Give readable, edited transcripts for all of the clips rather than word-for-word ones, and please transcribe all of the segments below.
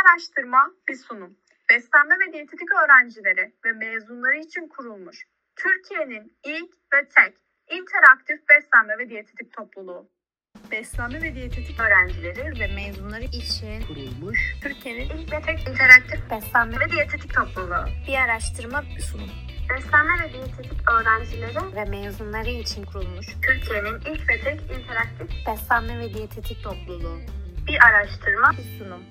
araştırma, bir sunum. Beslenme ve diyetetik öğrencileri ve mezunları için kurulmuş Türkiye'nin ilk ve tek interaktif beslenme ve diyetetik topluluğu. Beslenme ve diyetetik öğrencileri ve mezunları için kurulmuş Türkiye'nin ilk ve tek interaktif beslenme ve diyetetik topluluğu. Bir araştırma, bir sunum. Beslenme ve diyetetik öğrencileri Ve mezunları için kurulmuş Türkiye'nin ilk ve tek interaktif beslenme ve diyetetik topluluğu. bir araştırma, Bir sunum.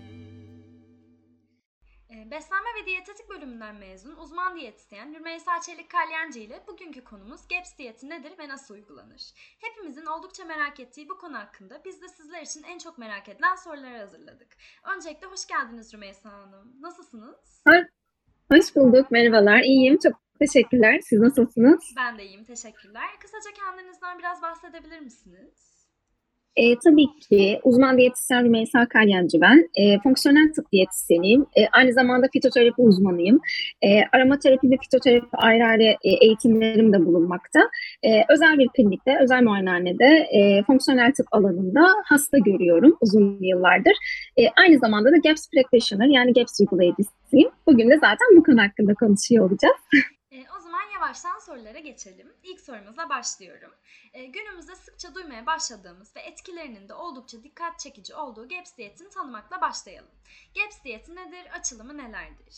Beslenme ve diyetetik bölümünden mezun uzman diyetisyen Rümeysa Çelik-Kalyancı ile bugünkü konumuz GAPS diyeti nedir ve nasıl uygulanır? Hepimizin oldukça merak ettiği bu konu hakkında biz de sizler için en çok merak edilen soruları hazırladık. Öncelikle hoş geldiniz Rümeysa Hanım. Nasılsınız? Hoş bulduk, merhabalar. İyiyim, çok teşekkürler. Siz nasılsınız? Ben de iyiyim, teşekkürler. Kısaca kendinizden biraz bahsedebilir misiniz? Tabii ki uzman diyetisyen Rümeysa Kalyancı ben. Fonksiyonel tıp diyetisyeniyim. Aynı zamanda fitoterapi uzmanıyım. Aromaterapi ve fitoterapi ayrı ayrı eğitimlerim de bulunmakta. Özel bir klinikte, özel muayenehanede fonksiyonel tıp alanında hasta görüyorum uzun yıllardır. Aynı zamanda da GAPS practitioner yani GAPS uygulayıcısıyım. Bugün de zaten bu konu hakkında konuşuyor olacağız. O zaman yavaştan sorulara geçelim. İlk sorumuzla başlıyorum. Günümüzde sıkça duymaya başladığımız ve etkilerinin de oldukça dikkat çekici olduğu GAPS diyetini tanımakla başlayalım. GAPS diyeti nedir? Açılımı nelerdir?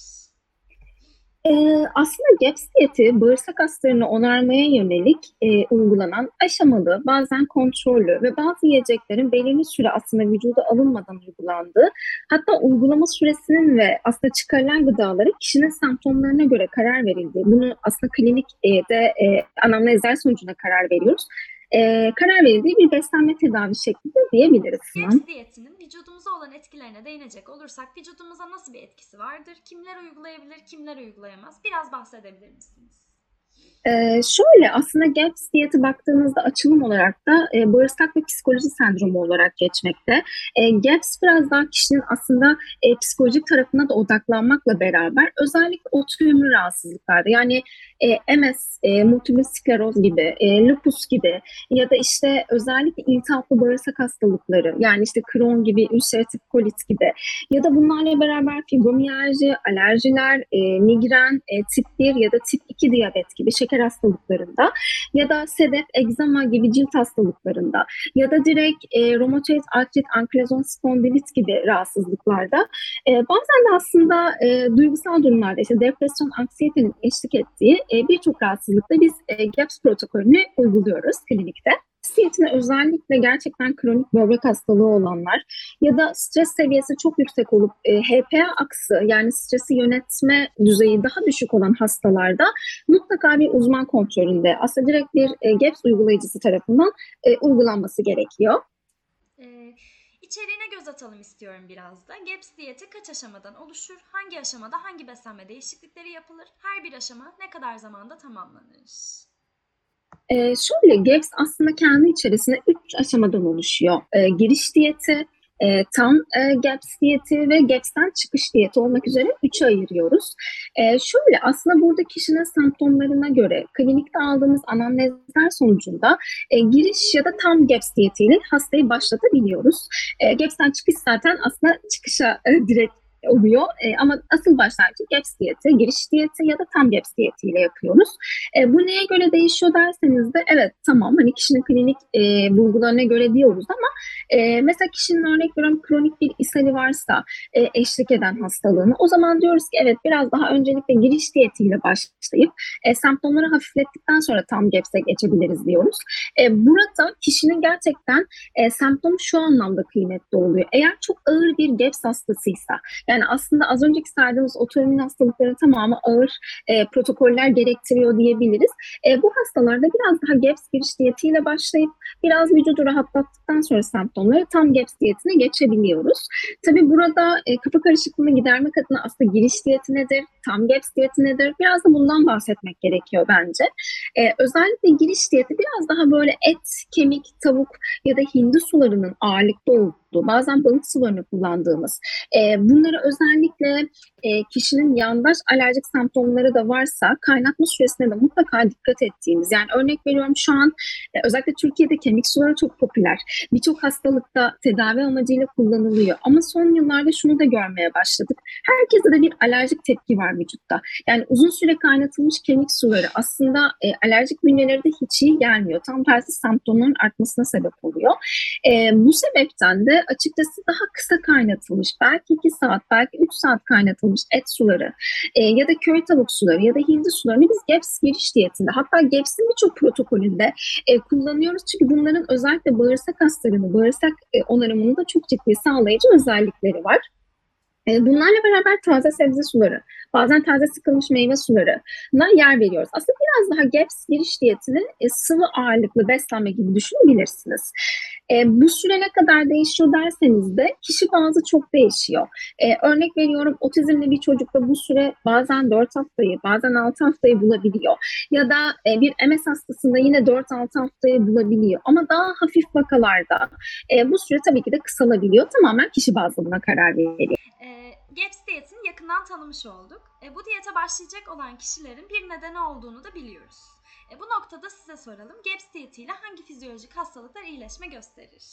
Aslında GAPS diyeti bağırsak hastalığını onarmaya yönelik uygulanan aşamalı, bazen kontrollü ve bazı yiyeceklerin belirli süre aslında vücuda alınmadan uygulandığı, hatta uygulama süresinin ve aslında çıkarılan gıdaların kişinin semptomlarına göre karar verildiği, bunu aslında klinikte anamnezler sonucunda karar veriyoruz. Karar verildiği bir beslenme tedavi şekli de diyebiliriz. GAPS diyetinin vücudumuza olan etkilerine değinecek olursak vücudumuza nasıl bir etkisi vardır? Kimler uygulayabilir, kimler uygulayamaz? Biraz bahsedebilir misiniz? Şöyle aslında GAPS diyeti baktığınızda açılım olarak da bağırsak ve psikoloji sendromu olarak geçmekte. GAPS biraz daha kişinin aslında psikolojik tarafına da odaklanmakla beraber özellikle otoimmün rahatsızlıklarda yani MS, multiple skleroz gibi, lupus gibi ya da işte özellikle iltihaplı bağırsak hastalıkları yani işte Crohn gibi, ülseratif kolit gibi ya da bunlarla beraber fibromiyalji, alerjiler, migren, tip 1 ya da tip 2 diyabet gibi şeker hastalıklarında ya da sedef, egzama gibi cilt hastalıklarında ya da direkt romatoid artrit, ankilozan spondilit gibi rahatsızlıklarda bazen de aslında duygusal durumlarda işte depresyon, anksiyetenin eşlik ettiği birçok rahatsızlıkta biz GAPS protokolünü uyguluyoruz klinikte. Diyetine özellikle gerçekten kronik böbrek hastalığı olanlar ya da stres seviyesi çok yüksek olup HPA aksı yani stresi yönetme düzeyi daha düşük olan hastalarda mutlaka bir uzman kontrolünde aslında direkt bir GAPS uygulayıcısı tarafından uygulanması gerekiyor. İçeriğine göz atalım istiyorum biraz da. GAPS diyeti kaç aşamadan oluşur? Hangi aşamada hangi beslenme değişiklikleri yapılır? Her bir aşama ne kadar zamanda tamamlanır? Şöyle GAPS aslında kendi içerisinde 3 aşamadan oluşuyor. Giriş diyeti, tam GAPS diyeti ve GAPS'ten çıkış diyeti olmak üzere 3'e ayırıyoruz. Şöyle aslında burada kişinin semptomlarına göre klinikte aldığımız anamnezler sonucunda giriş ya da tam GAPS diyetiyle hastayı başlatabiliyoruz. GAPS'ten çıkış zaten aslında çıkışa direkt oluyor. Ama asıl başlangıç GAPS diyeti, giriş diyeti ya da tam GAPS diyetiyle yapıyoruz. Bu neye göre değişiyor derseniz de evet tamam hani kişinin klinik bulgularına göre diyoruz ama mesela kişinin örnek veriyorum kronik bir ishali varsa eşlik eden hastalığını o zaman diyoruz ki evet biraz daha öncelikle giriş diyetiyle başlayıp semptomları hafiflettikten sonra tam GAPS'e geçebiliriz diyoruz. Burada kişinin gerçekten semptomu şu anlamda kıymetli oluyor. Eğer çok ağır bir GAPS hastasıysa yani aslında az önceki saydığımız otoimmün hastalıkların tamamı ağır protokoller gerektiriyor diyebiliriz. Bu hastalarda biraz daha GAPS giriş diyetiyle başlayıp biraz vücudu rahatlattıktan sonra semptomları tam GAPS diyetine geçebiliyoruz. Tabii burada kafa karışıklığını gidermek adına aslında giriş diyeti nedir, tam GAPS diyeti nedir? Biraz da bundan bahsetmek gerekiyor bence. Özellikle giriş diyeti biraz daha böyle et, kemik, tavuk ya da hindi sularının ağırlıklı olduğu olduğu, bazen balık sularını kullandığımız, bunları özellikle kişinin yandaş alerjik semptomları da varsa kaynatma süresine de mutlaka dikkat ettiğimiz. Yani örnek veriyorum, şu an özellikle Türkiye'de kemik suları çok popüler. Birçok hastalıkta tedavi amacıyla kullanılıyor. Ama son yıllarda şunu da görmeye başladık. Herkeste de bir alerjik tepki var vücutta. Yani uzun süre kaynatılmış kemik suları aslında alerjik bünyeleri de hiç iyi gelmiyor. Tam tersi semptomların artmasına sebep oluyor. Bu sebepten de açıkçası daha kısa kaynatılmış, belki 2 saat, belki 3 saat kaynatılmış et suları ya da köy tavuk suları ya da hindi sularını biz GEPS giriş diyetinde, hatta GEPS'in birçok protokolünde kullanıyoruz. Çünkü bunların özellikle bağırsak hastalığını, bağırsak onarımını da çok ciddi sağlayıcı özellikleri var. Bunlarla beraber taze sebze suları, bazen taze sıkılmış meyve sularına yer veriyoruz. Aslında biraz daha GEPS giriş diyetini sıvı ağırlıklı beslenme gibi düşünebilirsiniz. Bu süre ne kadar değişiyor derseniz de kişi bazı çok değişiyor. Örnek veriyorum, otizmli bir çocukta bu süre bazen 4 haftayı, bazen 6 haftayı bulabiliyor. Ya da bir MS hastasında yine 4-6 haftayı bulabiliyor. Ama daha hafif vakalarda bu süre tabii ki de kısalabiliyor. Tamamen kişi bazlı buna karar veriyor. GEPS diyetini yakından tanımış olduk. Bu diyete başlayacak olan kişilerin bir nedeni olduğunu da biliyoruz. Bu noktada size soralım. GEPS diyetiyle hangi fizyolojik hastalıklar iyileşme gösterir?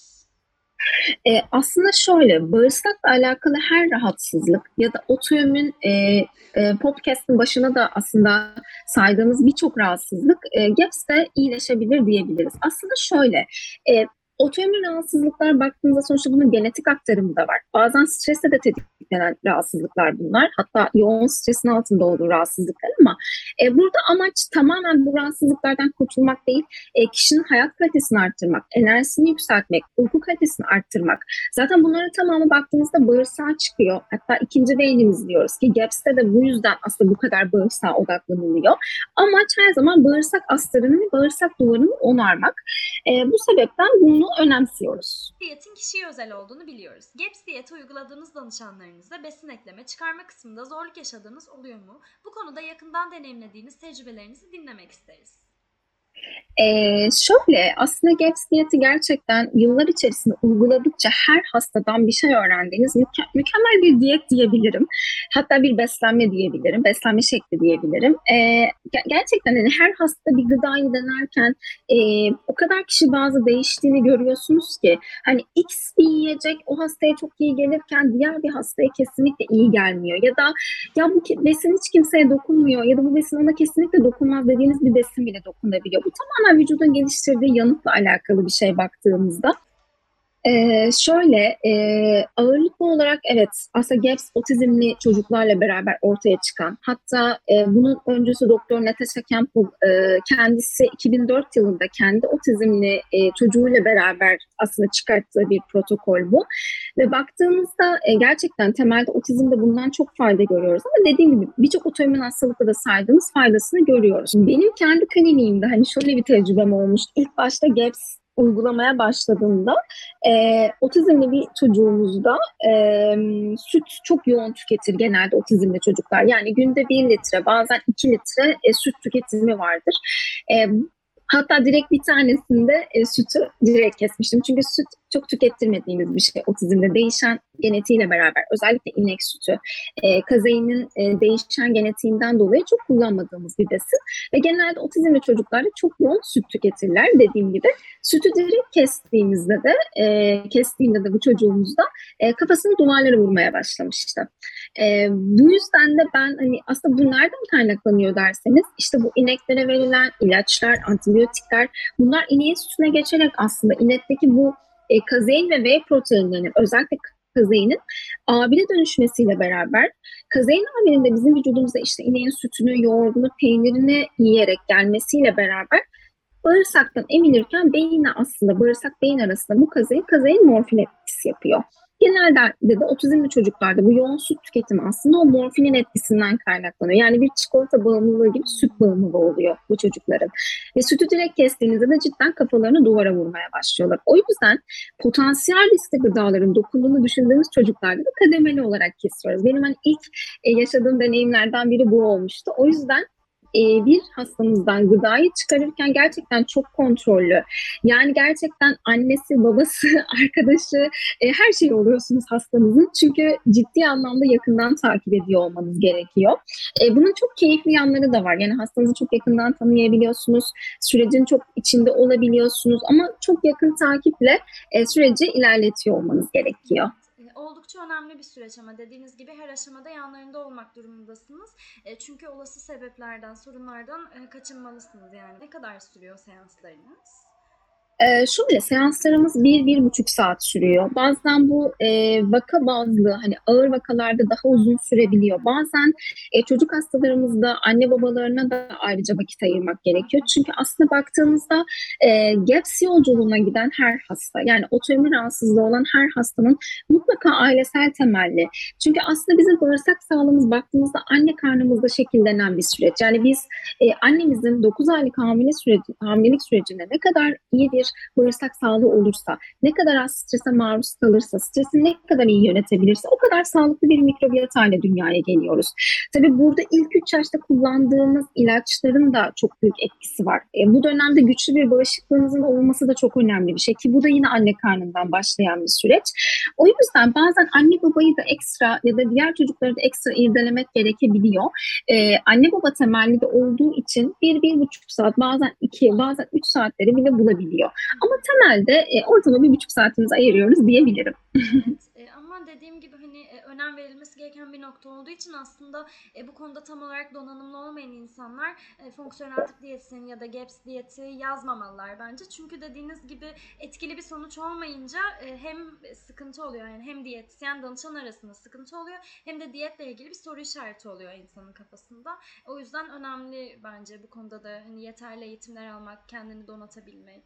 Aslında şöyle, bağırsakla alakalı her rahatsızlık ya da otoimmün podcast'ın başına da aslında saydığımız birçok rahatsızlık GEPS'te iyileşebilir diyebiliriz. Aslında şöyle, otoimmün rahatsızlıklar baktığımızda sonuçta bunun genetik aktarımı da var. Bazen stresle de tetiklenen rahatsızlıklar bunlar. Hatta yoğun stresin altında olduğu rahatsızlıklar, ama burada amaç tamamen bu rahatsızlıklardan kurtulmak değil, kişinin hayat kalitesini arttırmak, enerjisini yükseltmek, uyku kalitesini arttırmak. Zaten bunların tamamı baktığımızda bağırsağa çıkıyor. Hatta ikinci beynimiz diyoruz ki GEPS'te de bu yüzden aslında bu kadar bağırsağa odaklanılıyor. Amaç her zaman bağırsak astarını ve bağırsak duvarını onarmak. Bu sebepten bunu önemsiyoruz. Diyetin kişiye özel olduğunu biliyoruz. GEPS diyeti uyguladığınız danışanlarınızda besin ekleme, çıkarma kısmında zorluk yaşadığınız oluyor mu? Bu konuda yakından deneyimlediğiniz tecrübelerinizi dinlemek isteriz. Şöyle, aslında GEPS diyeti gerçekten yıllar içerisinde uyguladıkça her hastadan bir şey öğrendiğiniz mükemmel bir diyet diyebilirim. Hatta bir beslenme diyebilirim, beslenme şekli diyebilirim. Gerçekten hani her hasta bir gıdayı denerken o kadar kişi bazı değiştiğini görüyorsunuz ki hani X bir yiyecek o hastaya çok iyi gelirken diğer bir hastaya kesinlikle iyi gelmiyor. Ya da ya bu besin hiç kimseye dokunmuyor ya da bu besin ona kesinlikle dokunmaz dediğiniz bir besin bile dokunabiliyor. Bu tamamen vücudun geliştirdiği yanıtla alakalı bir şey baktığımızda. Ağırlıklı olarak evet, aslında GEPS otizmli çocuklarla beraber ortaya çıkan, hatta bunun öncüsü Doktor Natasha Campbell kendisi 2004 yılında kendi otizmli çocuğuyla beraber aslında çıkarttığı bir protokol bu. Ve baktığımızda gerçekten temelde otizmde bundan çok fayda görüyoruz. Ama dediğim gibi birçok otoimmün hastalıkta da saydığımız faydasını görüyoruz. Benim kendi kliniğimde hani şöyle bir tecrübem olmuştu. İlk başta GEPS uygulamaya başladığımda otizmli bir çocuğumuzda süt çok yoğun tüketir genelde otizmli çocuklar. Yani günde 1 litre, bazen 2 litre süt tüketimi vardır. Hatta direkt bir tanesinde sütü direkt kesmiştim. Çünkü süt çok tükettirmediğimiz bir şey otizmde. Değişen genetiğiyle beraber, özellikle inek sütü, kazeinin değişen genetiğinden dolayı çok kullanmadığımız bir besin. Ve genelde otizmli çocuklarda çok yoğun süt tüketirler dediğim gibi. Sütü direkt kestiğimde de bu çocuğumuzda kafasını duvarlara vurmaya başlamıştı. Bu yüzden de ben hani aslında bu nereden kaynaklanıyor derseniz, işte bu ineklere verilen ilaçlar, antibiyotikler, bunlar ineğin sütüne geçerek aslında inekteki bu kazein ve whey proteinlerinin, özellikle kazeinin amine dönüşmesiyle beraber, kazein aminin de bizim vücudumuzda işte ineğin sütünü, yoğurdunu, peynirini yiyerek gelmesiyle beraber bağırsaktan emilirken beyine, aslında bağırsak beyin arasında bu kazein morfin etkisi yapıyor. Genelde de otizmli çocuklarda bu yoğun süt tüketimi aslında o morfinin etkisinden kaynaklanıyor. Yani bir çikolata bağımlılığı gibi süt bağımlılığı oluyor bu çocukların. Ve sütü direkt kestiğinizde de cidden kafalarını duvara vurmaya başlıyorlar. O yüzden potansiyel riskli gıdaların dokunduğunu düşündüğümüz çocuklarda da kademeli olarak kesiyoruz. Benim hani ilk yaşadığım deneyimlerden biri bu olmuştu. O yüzden bir hastamızdan gıdayı çıkarırken gerçekten çok kontrollü. Yani gerçekten annesi, babası, arkadaşı, her şey oluyorsunuz hastanızın. Çünkü ciddi anlamda yakından takip ediyor olmanız gerekiyor. Bunun çok keyifli yanları da var. Yani hastanızı çok yakından tanıyabiliyorsunuz. Sürecin çok içinde olabiliyorsunuz. Ama çok yakın takiple süreci ilerletiyor olmanız gerekiyor. Oldukça önemli bir süreç ama dediğiniz gibi her aşamada yanlarında olmak durumundasınız. Çünkü olası sebeplerden, sorunlardan kaçınmalısınız yani. Ne kadar sürüyor seanslarınız? Şöyle seanslarımız 1-1,5 saat sürüyor. Bazen bu vaka bazlı hani ağır vakalarda daha uzun sürebiliyor. Bazen çocuk hastalarımızda anne babalarına da ayrıca vakit ayırmak gerekiyor. Çünkü aslında baktığımızda GAPS yolculuğuna giden her hasta yani otoimmün rahatsızlığı olan her hastanın mutlaka ailesel temelli. Çünkü aslında bizim bağırsak sağlığımız baktığımızda anne karnımızda şekillenen bir süreç. Yani biz annemizin 9 aylık hamilelik sürecinde ne kadar iyi bir bağırsak sağlığı olursa, ne kadar az strese maruz kalırsa, stresi ne kadar iyi yönetebilirse o kadar sağlıklı bir mikrobiyat haline dünyaya geliyoruz. Tabii burada ilk 3 yaşta kullandığımız ilaçların da çok büyük etkisi var. Bu dönemde güçlü bir bağışıklığımızın olması da çok önemli bir şey ki bu da yine anne karnından başlayan bir süreç. O yüzden bazen anne babayı da ekstra ya da diğer çocukları da ekstra irdelemek gerekebiliyor. Anne baba temelli de olduğu için 1-1,5 saat bazen 2 bazen 3 saatleri bile bulabiliyor. Ama temelde ortalama 1,5 saatimizi ayırıyoruz diyebilirim. Ama dediğim gibi hani önem verilmesi gereken bir nokta olduğu için aslında bu konuda tam olarak donanımlı olmayan insanlar fonksiyonel tıp diyetini ya da GAPS diyeti yazmamalılar bence. Çünkü dediğiniz gibi etkili bir sonuç olmayınca hem sıkıntı oluyor yani hem diyetisyen danışan arasında sıkıntı oluyor hem de diyetle ilgili bir soru işareti oluyor insanın kafasında. O yüzden önemli bence bu konuda da hani yeterli eğitimler almak, kendini donatabilmek.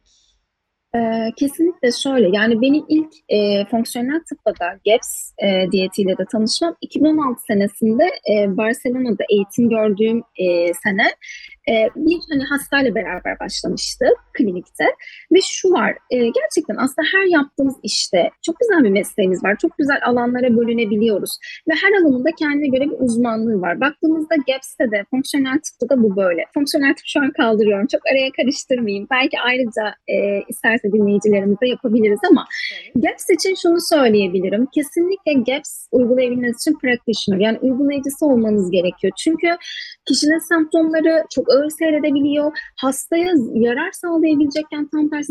Kesinlikle şöyle yani benim ilk fonksiyonel tıpla da GAPS diyetiyle de tanışmam 2016 senesinde Barcelona'da eğitim gördüğüm sene bir hani hastayla beraber başlamıştı klinikte ve şu var gerçekten aslında her yaptığımız işte çok güzel bir mesleğimiz var, çok güzel alanlara bölünebiliyoruz ve her alanında kendine göre bir uzmanlığı var. Baktığımızda GAPS'te de fonksiyonel tıpta da bu böyle. Fonksiyonel tıp şu an kaldırıyorum, çok araya karıştırmayayım. Belki ayrıca isterse dinleyicilerimize yapabiliriz ama GAPS için şunu söyleyebilirim. Kesinlikle GAPS uygulayabilmeniz için practitioner yani uygulayıcısı olmanız gerekiyor. Çünkü kişinin semptomları çok ağır seyredebiliyor. Hastaya yarar sağlayabilecekken tam tersi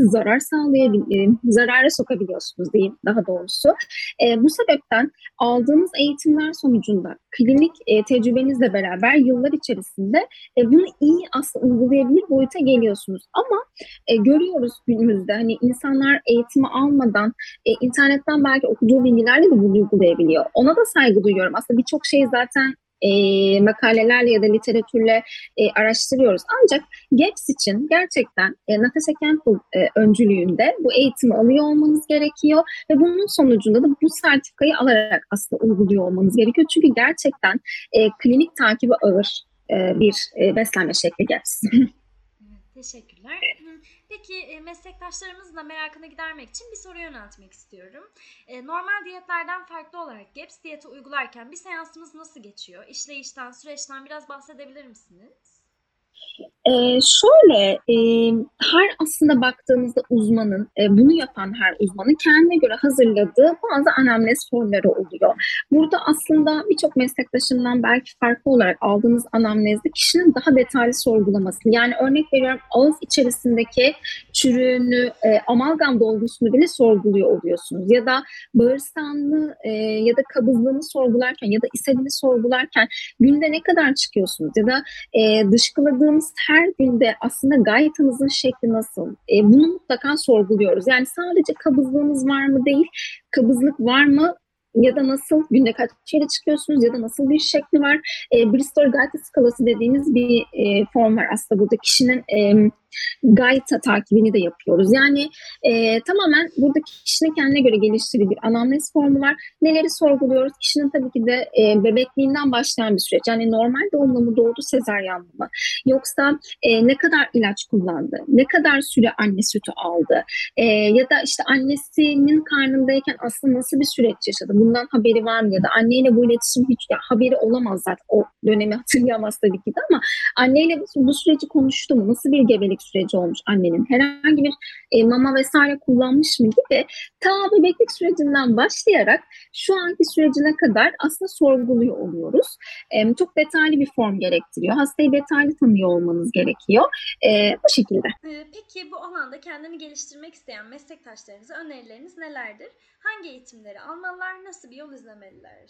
zarara sokabiliyorsunuz diyeyim daha doğrusu. Bu sebepten aldığımız eğitimler sonucunda klinik tecrübenizle beraber yıllar içerisinde bunu iyi aslında uygulayabilir boyuta geliyorsunuz. Ama görüyoruz günümüzde hani insanlar eğitimi almadan internetten belki okuduğu bilgilerle de bunu uygulayabiliyor. Ona da saygı duyuyorum. Aslında birçok şey zaten makalelerle ya da literatürle araştırıyoruz. Ancak GAPS için gerçekten Natasha Campbell öncülüğünde bu eğitimi alıyor olmanız gerekiyor ve bunun sonucunda da bu sertifikayı alarak aslında uyguluyor olmanız gerekiyor. Çünkü gerçekten klinik takibi ağır bir beslenme şekli GAPS. Teşekkürler. Peki meslektaşlarımızın da merakını gidermek için bir soru yöneltmek istiyorum. Normal diyetlerden farklı olarak GAPS diyeti uygularken bir seansımız nasıl geçiyor? İşleyişten, süreçten biraz bahsedebilir misiniz? Şöyle her aslında baktığımızda uzmanın bunu yapan her uzmanın kendine göre hazırladığı bazı anamnez soruları oluyor. Burada aslında birçok meslektaşımdan belki farklı olarak aldığınız anamnezde kişinin daha detaylı sorgulaması. Yani örnek veriyorum ağız içerisindeki çürüğünü, amalgam dolgusunu bile sorguluyor oluyorsunuz. Ya da bağırsağını ya da kabızlığını sorgularken ya da ishalini sorgularken günde ne kadar çıkıyorsunuz ya da dışkıladığımız her günde aslında gaytanızın şekli nasıl? Bunu mutlaka sorguluyoruz. Yani sadece kabızlığınız var mı değil, kabızlık var mı ya da nasıl, günde kaç kere çıkıyorsunuz ya da nasıl bir şekli var? Bristol Gayta skalası dediğimiz bir form var aslında burada kişinin Gayta takibini de yapıyoruz. Yani tamamen burada kişinin kendine göre geliştirdiği bir anamnez formu var. Neleri sorguluyoruz? Kişinin tabii ki de bebekliğinden başlayan bir süreç. Yani normal doğumla mı doğdu, sezaryenle mı? Yoksa ne kadar ilaç kullandı? Ne kadar süre anne sütü aldı? Ya da işte annesinin karnındayken aslında nasıl bir süreç yaşadı? Bundan haberi var mı? Ya da anneyle bu iletişim hiç ya, haberi olamaz zaten. O dönemi hatırlayamaz tabii ki de ama anneyle bu süreci konuştu mu? Nasıl bir gebelik süreci olmuş annenin? Herhangi bir mama vesaire kullanmış mı gibi ta bebeklik sürecinden başlayarak şu anki sürecine kadar aslında sorguluyor oluyoruz. Çok detaylı bir form gerektiriyor. Hastayı detaylı tanıyor olmanız gerekiyor. Bu şekilde. Peki bu alanda kendini geliştirmek isteyen meslektaşlarınıza önerileriniz nelerdir? Hangi eğitimleri almalılar, nasıl bir yol izlemeliler?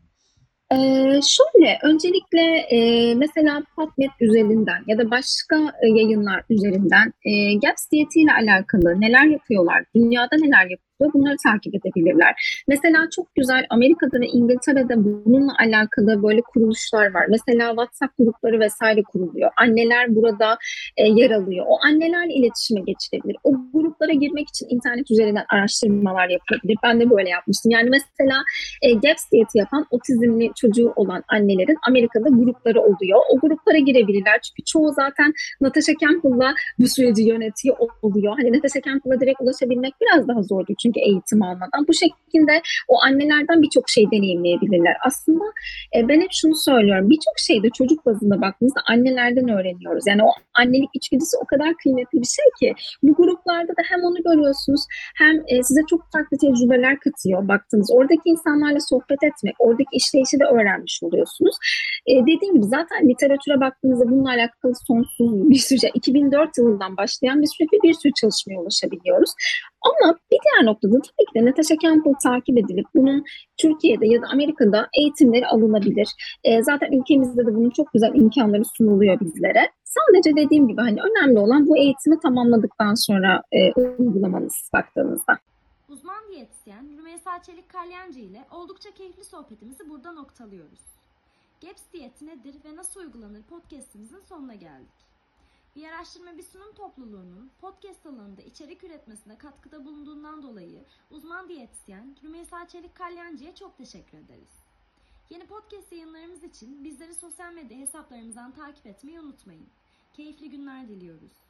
Şöyle, öncelikle mesela PubMed üzerinden ya da başka yayınlar üzerinden GAPS diyetiyle alakalı neler yapıyorlar, dünyada neler yapıyor bunları takip edebilirler. Mesela çok güzel Amerika'da ve İngiltere'de bununla alakalı böyle kuruluşlar var. Mesela WhatsApp grupları vesaire kuruluyor. Anneler burada yer alıyor. O annelerle iletişime geçilebilir. O gruplara girmek için internet üzerinden araştırmalar yapılabilir. Ben de böyle yapmıştım. Yani mesela GAPS diyeti yapan otizmli çocuğu olan annelerin Amerika'da grupları oluyor. O gruplara girebilirler. Çünkü çoğu zaten Natasha Campbell'la bu süreci yönetiyor oluyor. Hani Natasha Campbell'a direkt ulaşabilmek biraz daha zordu çünkü eğitim almadan. Bu şekilde o annelerden birçok şey deneyimleyebilirler. Aslında ben hep şunu söylüyorum. Birçok şeyde çocuk bazında baktığımızda annelerden öğreniyoruz. Yani o annelik içgüdüsü o kadar kıymetli bir şey ki bu gruplarda da hem onu görüyorsunuz hem size çok farklı tecrübeler katıyor baktığınız. Oradaki insanlarla sohbet etmek, oradaki işleyişi de öğrenmiş oluyorsunuz. Dediğim gibi zaten literatüre baktığınızda bununla alakalı sonsuz bir sürü, 2004 yılından başlayan bir sürü bir sürü çalışmaya ulaşabiliyoruz. Ama bir diğer noktada tabii ki de Natasha Campbell takip edilip bunun Türkiye'de ya da Amerika'da eğitimleri alınabilir. Zaten ülkemizde de bunun çok güzel imkanları sunuluyor bizlere. Sadece dediğim gibi hani önemli olan bu eğitimi tamamladıktan sonra uygulamanız baktığınızda. Uzman diyetisyen Rümeysa Çelik-Kalyancı ile oldukça keyifli sohbetimizi burada noktalıyoruz. GAPS diyeti nedir ve nasıl uygulanır podcastimizin sonuna geldik. Bir araştırma bir sunum topluluğunun podcast alanında içerik üretmesine katkıda bulunduğundan dolayı uzman diyetisyen Rümeysa Çelik-Kalyancı'ya çok teşekkür ederiz. Yeni podcast yayınlarımız için bizleri sosyal medya hesaplarımızdan takip etmeyi unutmayın. Keyifli günler diliyoruz.